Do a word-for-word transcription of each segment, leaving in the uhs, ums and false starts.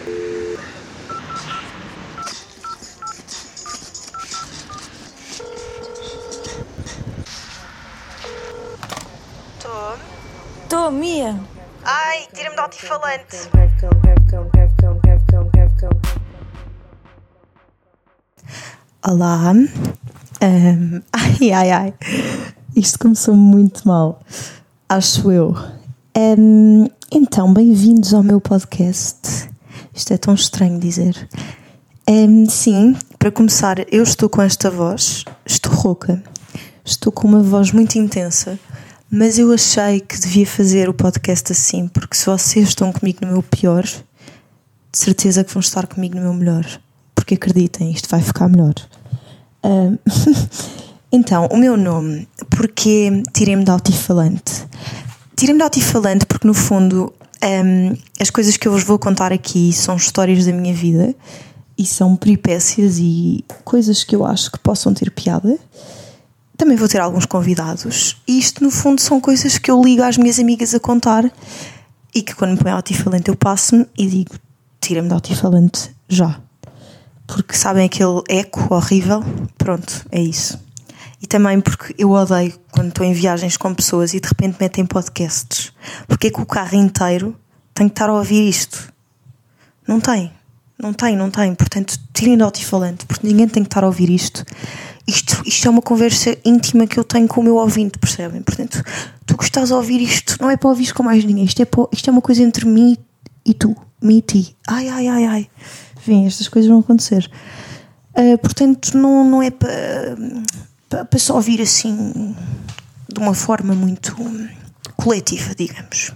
Tô. Tô, Mia. Ai, tira-me do altifalante. Olá. Um, ai, ai, ai. Isto começou muito mal, acho eu. Um, então, bem-vindos ao meu podcast. Isto é tão estranho dizer. Um, sim, para começar, eu estou com esta voz. Estou rouca. Estou com uma voz muito intensa. Mas eu achei que devia fazer o podcast assim, porque se vocês estão comigo no meu pior, de certeza que vão estar comigo no meu melhor. Porque acreditem, isto vai ficar melhor. Um, então, o meu nome, porque tirei-me de altifalante? Tirei-me de altifalante porque, no fundo, um, as coisas que eu vos vou contar aqui são histórias da minha vida e são peripécias e coisas que eu acho que possam ter piada. Também vou ter alguns convidados e isto, no fundo, são coisas que eu ligo às minhas amigas a contar e que, quando me põe altifalante, eu passo-me e digo: tira-me de altifalante já. Porque sabem aquele eco horrível? Pronto, é isso. E também porque eu odeio quando estou em viagens com pessoas e de repente metem podcasts. Porque é que o carro inteiro tem que estar a ouvir isto? Não tem. Não tem, não tem. Portanto, tirem de altifalante, porque ninguém tem que estar a ouvir isto. Isto, isto é uma conversa íntima que eu tenho com o meu ouvinte, percebem? Portanto, tu que estás a ouvir isto, não é para ouvir com mais ninguém. Isto é, para, isto é uma coisa entre mim e tu. Me e ti. Ai, ai, ai, ai. Vem, estas coisas vão acontecer. Uh, portanto, não, não é para, para, para só ouvir assim, de uma forma muito coletiva, digamos.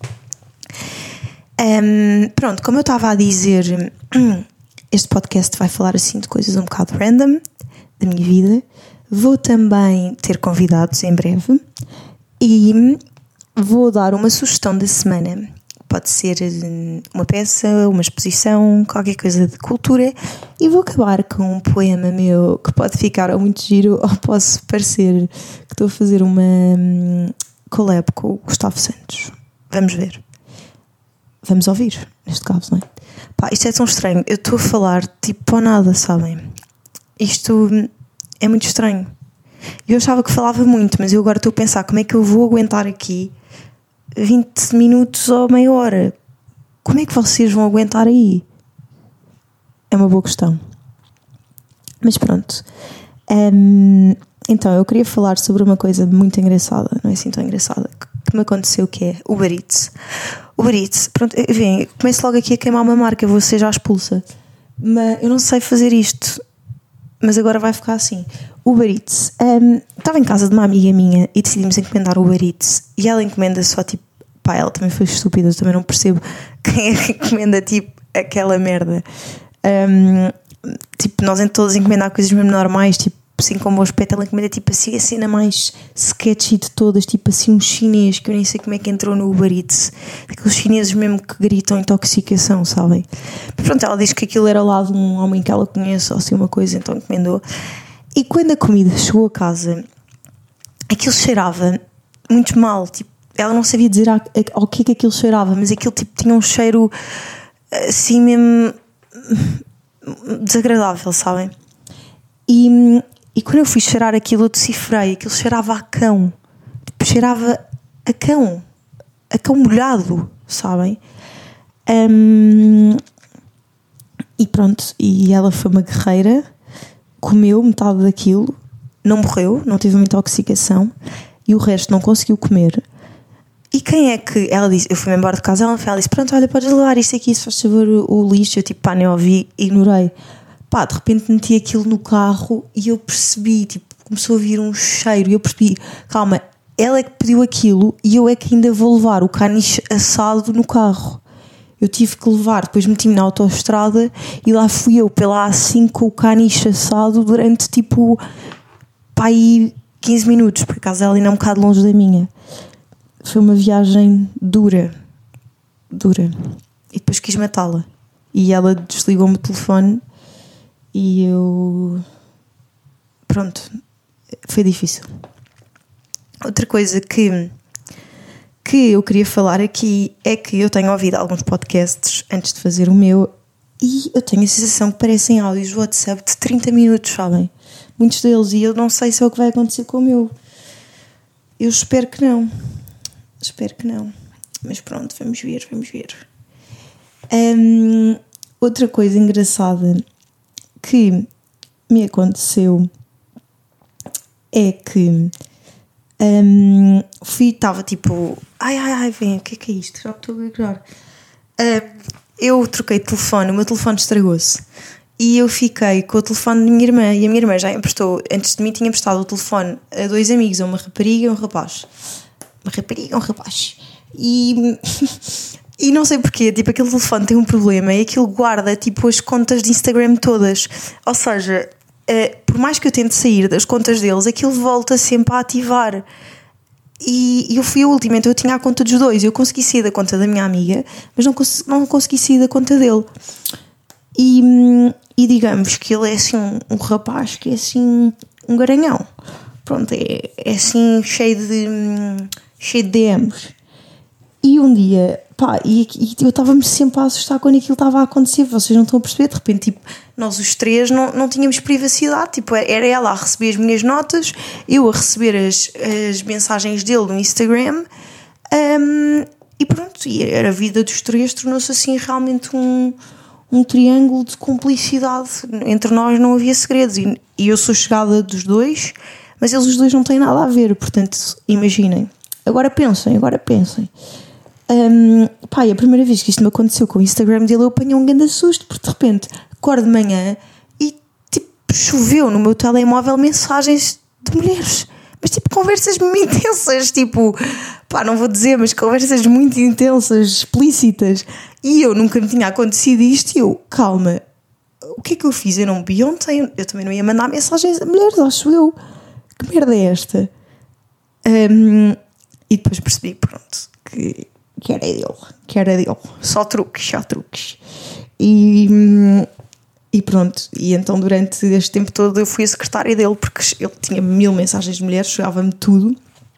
Um, pronto, como eu estava a dizer, este podcast vai falar assim de coisas um bocado random da minha vida. Vou também ter convidados em breve e vou dar uma sugestão da semana. Pode ser uma peça, uma exposição, qualquer coisa de cultura, e vou acabar com um poema meu que pode ficar ou muito giro ou posso parecer que estou a fazer uma collab com o Gustavo Santos. Vamos ver. Vamos ouvir, neste caso, não é? Pá, isto é tão estranho. Eu estou a falar tipo para nada, sabem? Isto é muito estranho. Eu achava que falava muito, mas eu agora estou a pensar como é que eu vou aguentar aqui vinte minutos ou meia hora. Como é que vocês vão aguentar aí? É uma boa questão. Mas pronto. Um, então, eu queria falar sobre uma coisa muito engraçada, não é assim tão engraçada, que me aconteceu, que é o Uber Eats. O Uber Eats, pronto, vem, começo logo aqui a queimar uma marca, você já expulsa. Mas eu não sei fazer isto, mas agora vai ficar assim. Uber Eats. Um, estava em casa de uma amiga minha e decidimos encomendar o Uber Eats. E ela encomenda só tipo... Pá, ela também foi estúpida, eu também não percebo quem é que encomenda tipo aquela merda. Um, tipo, nós em todos encomendar coisas mesmo normais, tipo assim como o aspecto, ela encomenda tipo assim a cena mais sketchy de todas, tipo assim um chinês que eu nem sei como é que entrou no Uber Eats. Aqueles chineses mesmo que gritam intoxicação, sabem? Mas pronto, ela diz que aquilo era lá de um homem que ela conhece ou assim uma coisa, então encomendou. E quando a comida chegou a casa, aquilo cheirava muito mal, tipo, ela não sabia dizer ao que é que aquilo cheirava, mas aquilo tipo tinha um cheiro assim mesmo desagradável, sabem? E, e quando eu fui cheirar aquilo, eu decifrei, aquilo cheirava a cão, tipo, cheirava a cão, a cão molhado, sabem? Um, e pronto, e ela foi uma guerreira, comeu metade daquilo, não morreu, não teve uma intoxicação, e o resto não conseguiu comer. E quem é que... Ela disse... Eu fui-me embora de casa, ela, ela disse: pronto, olha, podes levar isto aqui, se faz favor, o, o lixo. Eu tipo, pá, nem ouvi, ignorei. Pá, de repente meti aquilo no carro e eu percebi, tipo, começou a vir um cheiro e eu percebi, calma, ela é que pediu aquilo e eu é que ainda vou levar o caniche assado no carro. Eu tive que levar, depois meti-me na autoestrada e lá fui eu pela A cinco com o caniche assado durante tipo, pá, aí quinze minutos, por acaso ela ainda é um bocado longe da minha. Foi uma viagem dura, dura. E depois quis matá-la. E ela desligou-me o telefone e eu... Pronto, foi difícil. Outra coisa que, que eu queria falar aqui é que eu tenho ouvido alguns podcasts antes de fazer o meu e eu tenho a sensação que parecem áudios do WhatsApp de trinta minutos, sabem? Muitos deles, e eu não sei se é o que vai acontecer com o meu. Eu espero que não. Espero que não. Mas pronto, vamos ver, vamos ver. Um, outra coisa engraçada que me aconteceu é que um, fui, estava tipo, ai, ai, ai, vem, o que é que é isto? Já estou a ignorar. Um, eu troquei de telefone, o meu telefone estragou-se. E eu fiquei com o telefone da minha irmã. E a minha irmã já emprestou, antes de mim tinha emprestado o telefone a dois amigos, a uma rapariga e um rapaz. Uma rapariga e um rapaz. E, e não sei porquê, tipo, aquele telefone tem um problema e aquilo guarda, tipo, as contas de Instagram todas. Ou seja, uh, por mais que eu tente sair das contas deles, aquilo volta sempre a ativar. E, e eu fui a última, então eu tinha a conta dos dois. Eu consegui sair da conta da minha amiga, mas não, cons- não consegui sair da conta dele. E... E digamos que ele é assim um, um rapaz que é assim um garanhão. Pronto, é, é assim cheio de, cheio de D Ms. E um dia, pá, e, e eu estava-me sempre a assustar quando aquilo estava a acontecer. Vocês não estão a perceber? De repente, tipo, nós os três não, não tínhamos privacidade. Tipo, era ela a receber as minhas notas, eu a receber as, as mensagens dele no Instagram. Um, e pronto, e era a vida dos três, tornou-se assim realmente um... um triângulo de cumplicidade. Entre nós não havia segredos e, e eu sou chegada dos dois, mas eles os dois não têm nada a ver, portanto imaginem, agora pensem agora pensem um, pá, a primeira vez que isto me aconteceu com o Instagram dele eu apanhei um grande susto, porque de repente acordo de manhã e tipo choveu no meu telemóvel mensagens de mulheres, mas tipo conversas muito intensas, tipo, pá, não vou dizer, mas conversas muito intensas, explícitas, e eu nunca me tinha acontecido isto e eu, calma, o que é que eu fiz? Eu não vi ontem, eu também não ia mandar mensagens a mulheres, acho eu, que merda é esta? Um, e depois percebi, pronto, que, que era dele, que era dele, só truques, só truques, e... E pronto, e então durante este tempo todo eu fui a secretária dele, porque ele tinha mil mensagens de mulheres, chegava-me tudo,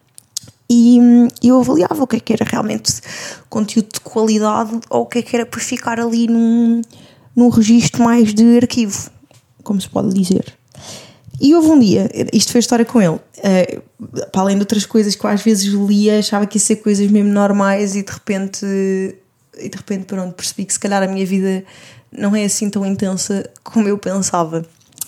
e eu avaliava o que é que era realmente conteúdo de qualidade ou o que é que era para ficar ali num, num registro mais de arquivo, como se pode dizer. E houve um dia, isto foi a história com ele, uh, para além de outras coisas que eu às vezes lia, achava que ia ser coisas mesmo normais e de repente, e de repente pronto, percebi que se calhar a minha vida não é assim tão intensa como eu pensava.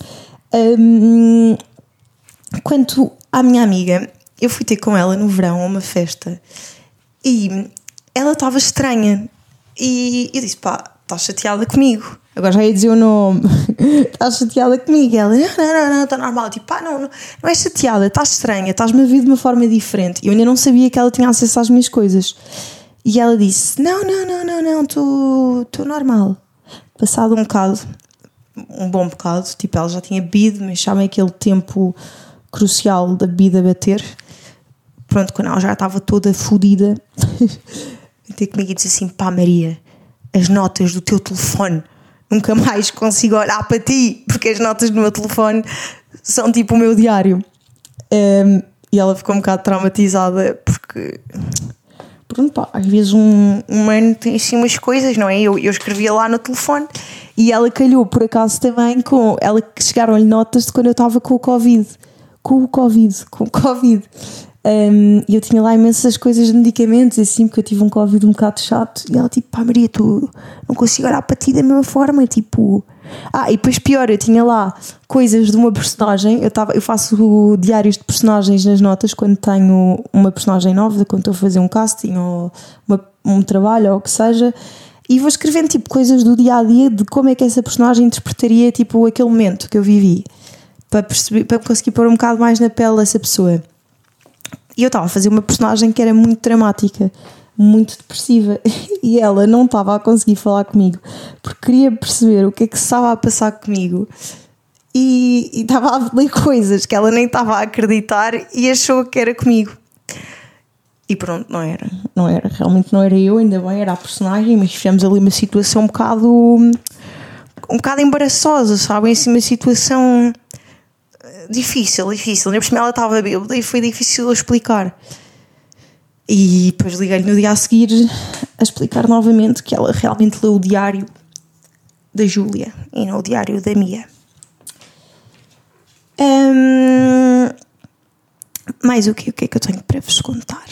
Um, quanto à minha amiga, eu fui ter com ela no verão a uma festa e ela estava estranha e eu disse, pá, estás chateada comigo? Agora já ia dizer o nome. Estás chateada comigo? Ela, não, não, não, está normal. Tipo, pá, não, não, não és chateada, estás estranha, estás-me a ver de uma forma diferente. Eu ainda não sabia que ela tinha acesso às minhas coisas. E ela disse, não, não, não, não, não, estou normal. Passado um bocado, um bom bocado, tipo, ela já tinha bebido, mas sabem aquele tempo crucial da bebida bater. Pronto, quando ela já estava toda fodida, veio comigo e disse assim, pá Maria, as notas do teu telefone, nunca mais consigo olhar para ti, porque as notas do meu telefone são tipo o meu diário. Um, e ela ficou um bocado traumatizada, porque... Pronto, pá, às vezes um, um mano tem assim umas coisas, não é? Eu, eu escrevia lá no telefone e ela calhou por acaso também com ela, que chegaram-lhe notas de quando eu estava com o Covid, com o Covid, com o Covid. Um, e eu tinha lá imensas coisas de medicamentos, assim, porque eu tive um Covid um bocado chato. E ela tipo, pá Maria, tu não consigo olhar para ti da mesma forma, tipo... Ah, e depois pior, eu tinha lá coisas de uma personagem, eu, tava, eu faço diários de personagens nas notas quando tenho uma personagem nova, quando estou a fazer um casting ou uma, um trabalho ou o que seja, e vou escrevendo tipo coisas do dia-a-dia de como é que essa personagem interpretaria tipo aquele momento que eu vivi, para, perceber, para conseguir pôr um bocado mais na pele dessa pessoa. E eu estava a fazer uma personagem que era muito dramática, muito depressiva, e ela não estava a conseguir falar comigo porque queria perceber o que é que se estava a passar comigo e, e estava a ler coisas que ela nem estava a acreditar e achou que era comigo. E pronto, não era, não era, realmente não era eu, ainda bem, era a personagem, mas tivemos ali uma situação um bocado um bocado embaraçosa, sabem, assim, uma situação difícil, difícil, nem por cima ela estava bêbada e foi difícil a explicar. E depois liguei-lhe no dia a seguir a explicar novamente que ela realmente leu o diário da Júlia e não o diário da Mia. Um, mais o que, o que é que eu tenho para vos contar?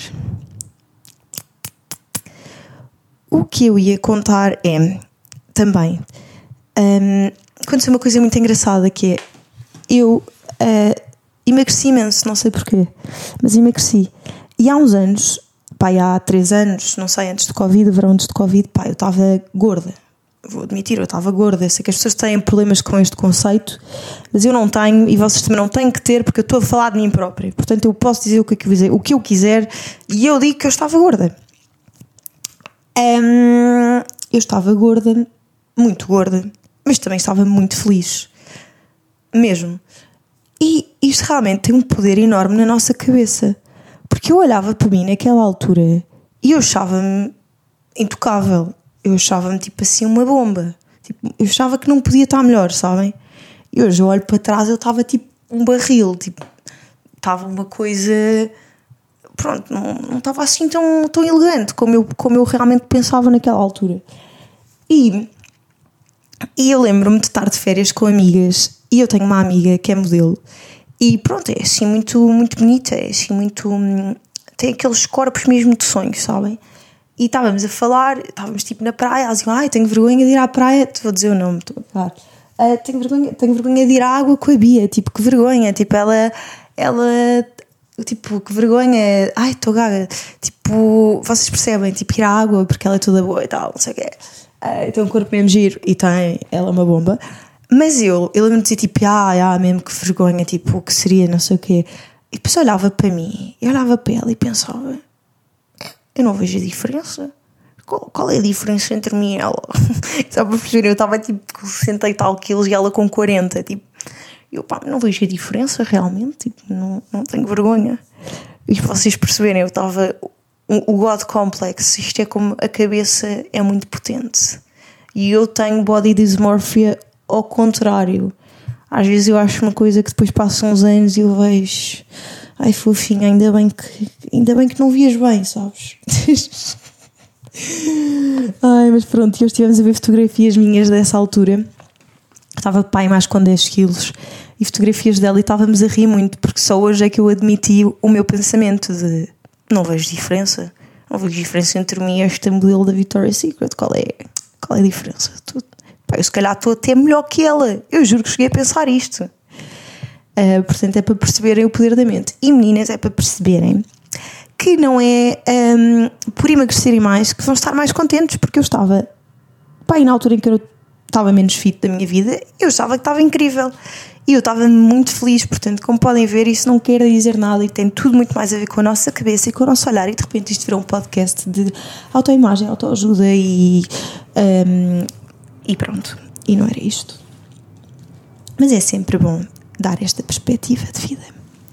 O que eu ia contar é, também, um, aconteceu uma coisa muito engraçada, que é, eu uh, emagreci imenso, não sei porquê, mas emagreci. E há uns anos, pá, há três anos, não sei, antes de Covid, verão antes de Covid, pá, eu estava gorda. Vou admitir, eu estava gorda. Eu sei que as pessoas têm problemas com este conceito, mas eu não tenho, e vocês também não têm que ter, porque eu estou a falar de mim própria. Portanto, eu posso dizer o que eu quiser, o que eu quiser, e eu digo que eu estava gorda. Um, eu estava gorda, muito gorda, mas também estava muito feliz. Mesmo. E isto realmente tem um poder enorme na nossa cabeça. Porque eu olhava para mim naquela altura e eu achava-me intocável. Eu achava-me tipo assim uma bomba. Tipo, eu achava que não podia estar melhor, sabem? E hoje eu olho para trás, eu estava tipo um barril. Tipo, estava uma coisa... Pronto, não, não estava assim tão, tão elegante como eu, como eu realmente pensava naquela altura. E, e eu lembro-me de estar de férias com amigas. E eu tenho uma amiga que é modelo. E pronto, é assim muito, muito bonita. É assim muito... Tem aqueles corpos mesmo de sonhos, sabem? E estávamos a falar, estávamos tipo na praia, elas diziam, ai, tenho vergonha de ir à praia, te vou dizer o nome, estou a falar. Uh, tenho, vergonha, tenho vergonha de ir à água com a Bia, tipo, que vergonha, tipo, ela, ela, tipo, que vergonha, ai, estou gaga, tipo, vocês percebem, tipo, ir à água porque ela é toda boa e tal, não sei o quê, uh, tem um corpo mesmo giro e tem, ela é uma bomba, mas eu, eu lembro-me de dizer, tipo, ah, ah, mesmo que vergonha, tipo, o que seria, não sei o quê, e depois olhava para mim, e olhava para ela e pensava... Eu não vejo a diferença. Qual, qual é a diferença entre mim e ela? Só para perceber, eu estava tipo com sessenta e tal quilos e ela com quarenta. Tipo, eu pá, não vejo a diferença realmente. Tipo, não, não tenho vergonha. E para vocês perceberem, eu estava. O, o God Complex, isto é como a cabeça é muito potente. E eu tenho body dysmorphia ao contrário. Às vezes eu acho uma coisa que depois passam uns anos e eu vejo. Ai, fofinha, ainda bem que, ainda bem que não vias bem, sabes? Ai, mas pronto, e hoje estivemos a ver fotografias minhas dessa altura. Estava pai mais com dez quilos e fotografias dela e estávamos a rir muito, porque só hoje é que eu admiti o meu pensamento de não vejo diferença. Não vejo diferença entre mim e esta modelo da Victoria's Secret. Qual é, qual é a diferença? Tu, pá, eu se calhar estou até melhor que ela. Eu juro que cheguei a pensar isto. Uh, portanto, é para perceberem o poder da mente. E meninas, é para perceberem que não é um, por emagrecerem mais que vão estar mais contentes, porque eu estava, pá, e na altura em que eu estava menos fit da minha vida, eu achava que estava incrível e eu estava muito feliz. Portanto, como podem ver, isso não quer dizer nada e tem tudo muito mais a ver com a nossa cabeça e com o nosso olhar. E de repente isto virou um podcast de autoimagem, autoajuda e, um, e pronto, e não era isto. Mas é sempre bom dar esta perspectiva de vida.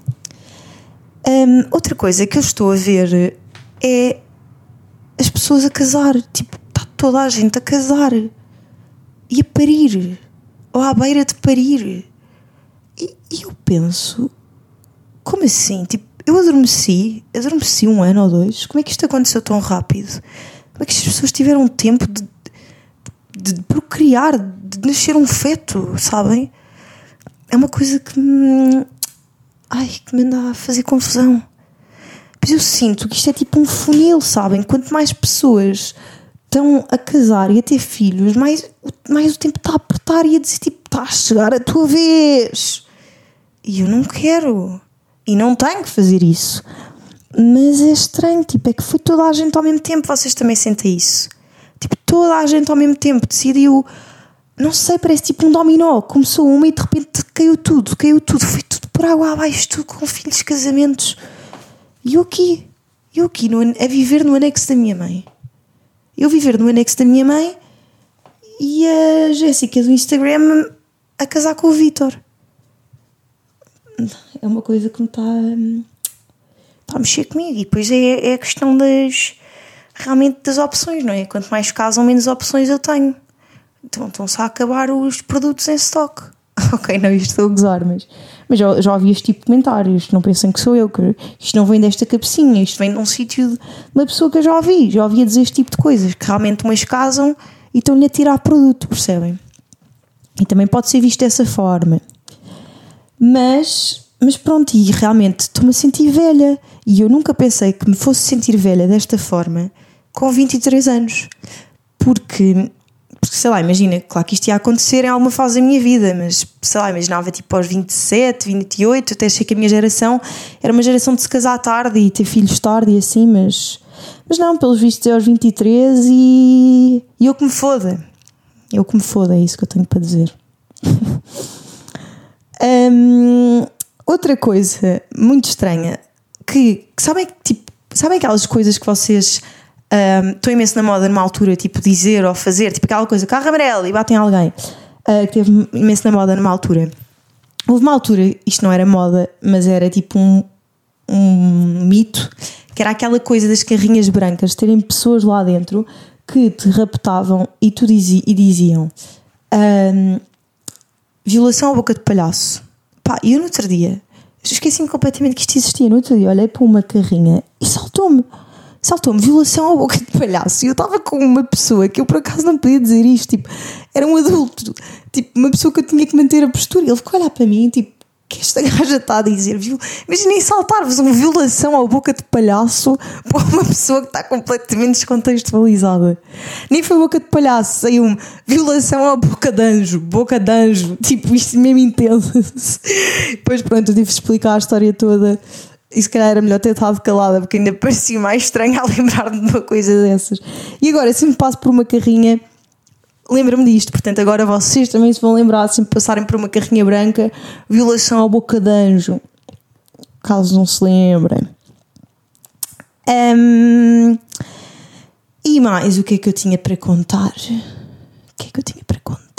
Um, outra coisa que eu estou a ver é as pessoas a casar. Tipo, está toda a gente a casar e a parir, ou à beira de parir. E, e eu penso, como assim? Tipo, eu adormeci, adormeci um ano ou dois. Como é que isto aconteceu tão rápido? Como é que as pessoas tiveram tempo de, de, de procriar, de nascer um feto, sabem? É uma coisa que me... Ai, que me anda a fazer confusão. Mas eu sinto que isto é tipo um funil, sabem? Quanto mais pessoas estão a casar e a ter filhos, mais, mais o tempo está a apertar e a dizer tipo, está a chegar a tua vez. E eu não quero. E não tenho que fazer isso. Mas é estranho, tipo, é que foi toda a gente ao mesmo tempo. Vocês também sentem isso? Tipo, toda a gente ao mesmo tempo decidiu... Não sei, parece tipo um dominó. Começou uma e de repente caiu tudo, caiu tudo. Foi tudo por água abaixo, tudo com filhos, casamentos. E eu aqui, eu aqui no, a viver no anexo da minha mãe. Eu viver no anexo da minha mãe e a Jéssica do Instagram a casar com o Vítor. É uma coisa que me está, está a mexer comigo. E depois é, é a questão das, realmente das opções, não é? Quanto mais casam, menos opções eu tenho. Então estão-se a acabar os produtos em stock. Ok, não, isto estou a gozar, mas, mas já, já ouvi este tipo de comentários. Não pensem que sou eu, que isto não vem desta cabecinha, isto vem de um sítio de uma pessoa que eu já ouvi. Já ouvi a dizer este tipo de coisas, que realmente umas casam e estão-lhe a tirar produto, percebem? E também pode ser visto dessa forma. Mas, mas pronto, e realmente estou-me a sentir velha. E eu nunca pensei que me fosse sentir velha desta forma com vinte e três anos. Porque, porque, sei lá, imagina, claro que isto ia acontecer em alguma fase da minha vida, mas, sei lá, imaginava tipo aos vinte e sete, vinte e oito, até achei que a minha geração era uma geração de se casar tarde e ter filhos tarde e assim, mas, mas não, pelos vistos é aos vinte e três e, e eu que me foda. Eu que me foda, é isso que eu tenho para dizer. hum, outra coisa muito estranha, que, que sabem, tipo, sabem aquelas coisas que vocês... Um, estou imenso na moda numa altura, tipo dizer ou fazer, tipo aquela coisa, carro amarelo e batem alguém, uh, que teve imenso na moda numa altura. Houve uma altura, isto não era moda, mas era tipo um, um mito, que era aquela coisa das carrinhas brancas, terem pessoas lá dentro que te raptavam e, tu dizi, e diziam um, violação à boca de palhaço. Pá, e eu no outro dia esqueci-me completamente que isto existia. No outro dia olhei para uma carrinha e saltou-me Saltou-me violação à boca de palhaço. E eu estava com uma pessoa que eu por acaso não podia dizer isto. Tipo, era um adulto. Tipo, uma pessoa que eu tinha que manter a postura. E ele ficou a olhar para mim, tipo, o que esta gaja está a dizer? Viu? Imaginem saltar-vos uma violação à boca de palhaço para uma pessoa que está completamente descontextualizada. Nem foi boca de palhaço, saiu-me violação à boca de anjo. Boca de anjo. Tipo, isto mesmo intenso. Depois, pronto, eu tive de explicar a história toda. E se calhar era melhor ter estado calada, porque ainda parecia mais estranho a lembrar-me de uma coisa dessas. E agora, se me passo por uma carrinha, lembro-me disto. Portanto, agora vocês também se vão lembrar, se me passarem por uma carrinha branca, violação à boca de anjo, caso não se lembrem. Um, e mais, o que é que eu tinha para contar? O que é que eu tinha para contar?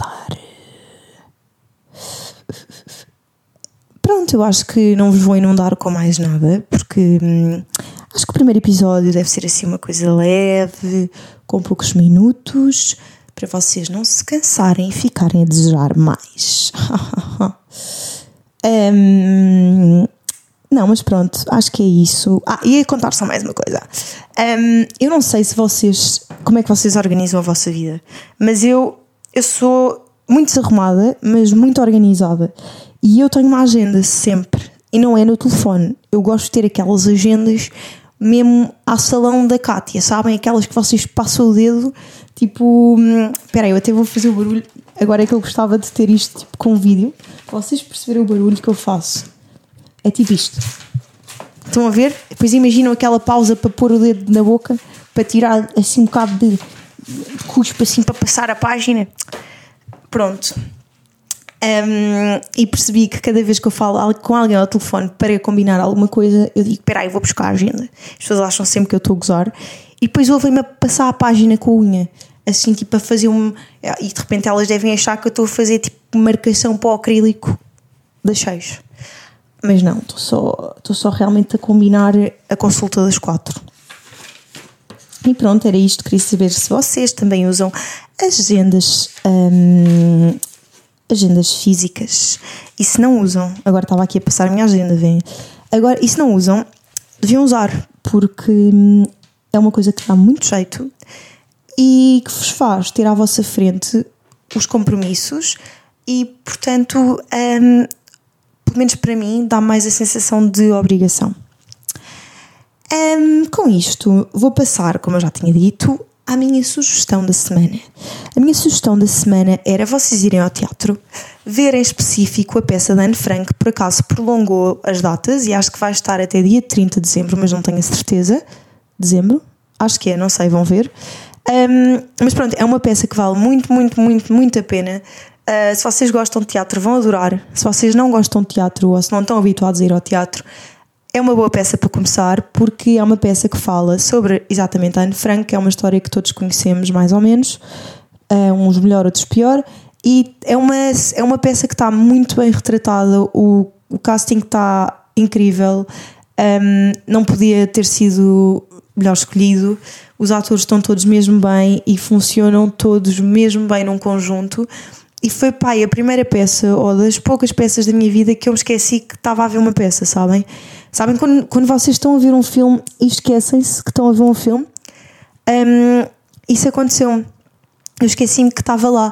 Pronto, eu acho que não vos vou inundar com mais nada, porque hum, acho que o primeiro episódio deve ser assim uma coisa leve, com poucos minutos, para vocês não se cansarem e ficarem a desejar mais. um, não, mas pronto, acho que é isso. Ah, ia contar só mais uma coisa. Um, eu não sei se vocês, como é que vocês organizam a vossa vida, mas eu, eu sou muito desarrumada, mas muito organizada. E eu tenho uma agenda sempre, e não é no telefone. Eu gosto de ter aquelas agendas mesmo ao salão da Cátia, sabem? Aquelas que vocês passam o dedo, tipo... Espera aí, eu até vou fazer o barulho. Agora é que eu gostava de ter isto tipo, com vídeo, para vocês perceberem o barulho que eu faço. É tipo isto. Estão a ver? Depois imaginam aquela pausa para pôr o dedo na boca, para tirar assim um bocado de, de cuspo assim para passar a página. Pronto. Um, e percebi que cada vez que eu falo com alguém ao telefone para combinar alguma coisa, eu digo, espera aí, vou buscar a agenda. As pessoas acham sempre que eu estou a gozar. E depois ouvem-me a passar a página com a unha, assim, tipo, a fazer um... E de repente elas devem achar que eu estou a fazer, tipo, marcação para o acrílico das cheias. Mas não, estou só, estou só realmente a combinar a consulta das quatro. E pronto, era isto. Queria saber se vocês também usam agendas... Um, agendas físicas, e se não usam, agora estava aqui a passar a minha agenda, vem. Agora, e se não usam, deviam usar, porque hum, é uma coisa que dá muito jeito e que vos faz ter à vossa frente os compromissos e, portanto, hum, pelo menos para mim, dá mais a sensação de obrigação. Hum, com isto, vou passar, como eu já tinha dito, à minha sugestão da semana. A minha sugestão da semana era vocês irem ao teatro, ver em específico a peça da Anne Frank, por acaso prolongou as datas e acho que vai estar até dia trinta de dezembro, mas não tenho a certeza. Dezembro? Acho que é, não sei, vão ver. Um, mas pronto, é uma peça que vale muito, muito, muito, muito a pena. Uh, se vocês gostam de teatro, vão adorar. Se vocês não gostam de teatro ou se não estão habituados a ir ao teatro, é uma boa peça para começar, porque é uma peça que fala sobre exatamente a Anne Frank, que é uma história que todos conhecemos mais ou menos, uh, uns melhor, outros pior, e é uma, é uma peça que está muito bem retratada, o, o casting está incrível, um, não podia ter sido melhor escolhido, os atores estão todos mesmo bem e funcionam todos mesmo bem num conjunto. E foi, pá, a primeira peça, ou das poucas peças da minha vida que eu me esqueci que estava a ver uma peça, sabem? Sabem quando, quando vocês estão a ver um filme e esquecem-se que estão a ver um filme? Um, isso aconteceu. Eu esqueci-me que estava lá.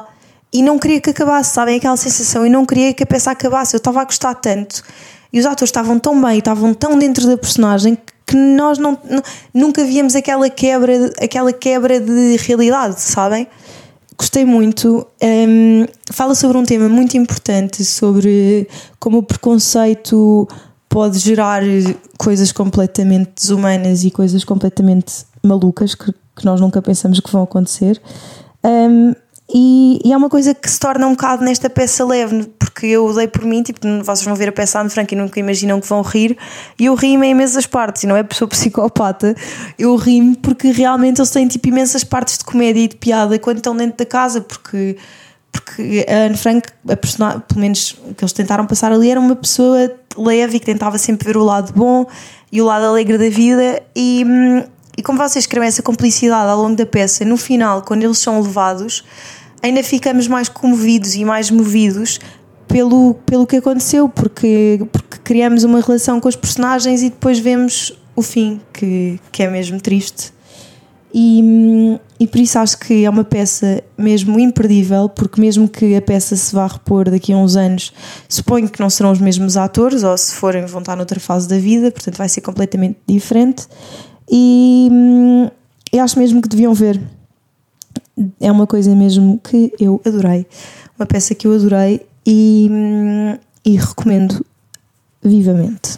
e não queria que acabasse, sabem? Aquela sensação, e não queria que a peça acabasse. Eu estava a gostar tanto e os atores estavam tão bem, estavam tão dentro da personagem que nós não, não, nunca víamos aquela quebra, aquela quebra de realidade, sabem? Gostei muito. Um, fala sobre um tema muito importante, sobre como o preconceito pode gerar coisas completamente desumanas e coisas completamente malucas que, que nós nunca pensamos que vão acontecer. Um, e, e é uma coisa que se torna um bocado nesta peça leve, porque eu dei por mim, tipo, vocês vão ver a peça Anne Frank e nunca imaginam que vão rir, e eu ri-me em imensas partes, e não é pessoa psicopata, eu ri-me porque realmente eles têm tipo imensas partes de comédia e de piada quando estão dentro da casa, porque, porque a Anne Frank, a personagem, pelo menos o que eles tentaram passar ali, era uma pessoa leve e que tentava sempre ver o lado bom e o lado alegre da vida, e, e como vocês escrevem essa complicidade ao longo da peça, no final, quando eles são levados, ainda ficamos mais comovidos e mais movidos pelo, pelo que aconteceu, porque, porque criamos uma relação com os personagens e depois vemos o fim, que, que é mesmo triste. E, e por isso acho que é uma peça mesmo imperdível, porque mesmo que a peça se vá repor daqui a uns anos, suponho que não serão os mesmos atores, ou se forem vão estar noutra fase da vida, portanto vai ser completamente diferente. E eu acho mesmo que deviam ver. É uma coisa mesmo que eu adorei, uma peça que eu adorei e, e recomendo vivamente.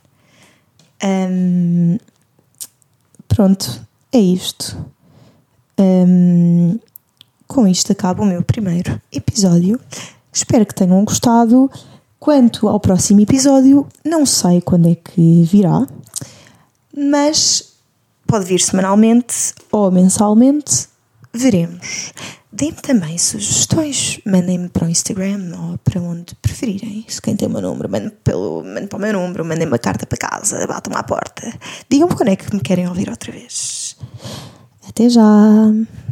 Um, pronto, é isto. Um, com isto acaba o meu primeiro episódio. Espero que tenham gostado. Quanto ao próximo episódio, não sei quando é que virá, mas pode vir semanalmente ou mensalmente. Veremos. Deem-me também sugestões. Mandem-me para o Instagram ou para onde preferirem. Se quem tem o meu número, mandem pelo, mandem para o meu número, mandem-me uma carta para casa, batam-me à porta. Digam-me quando é que me querem ouvir outra vez. Até já!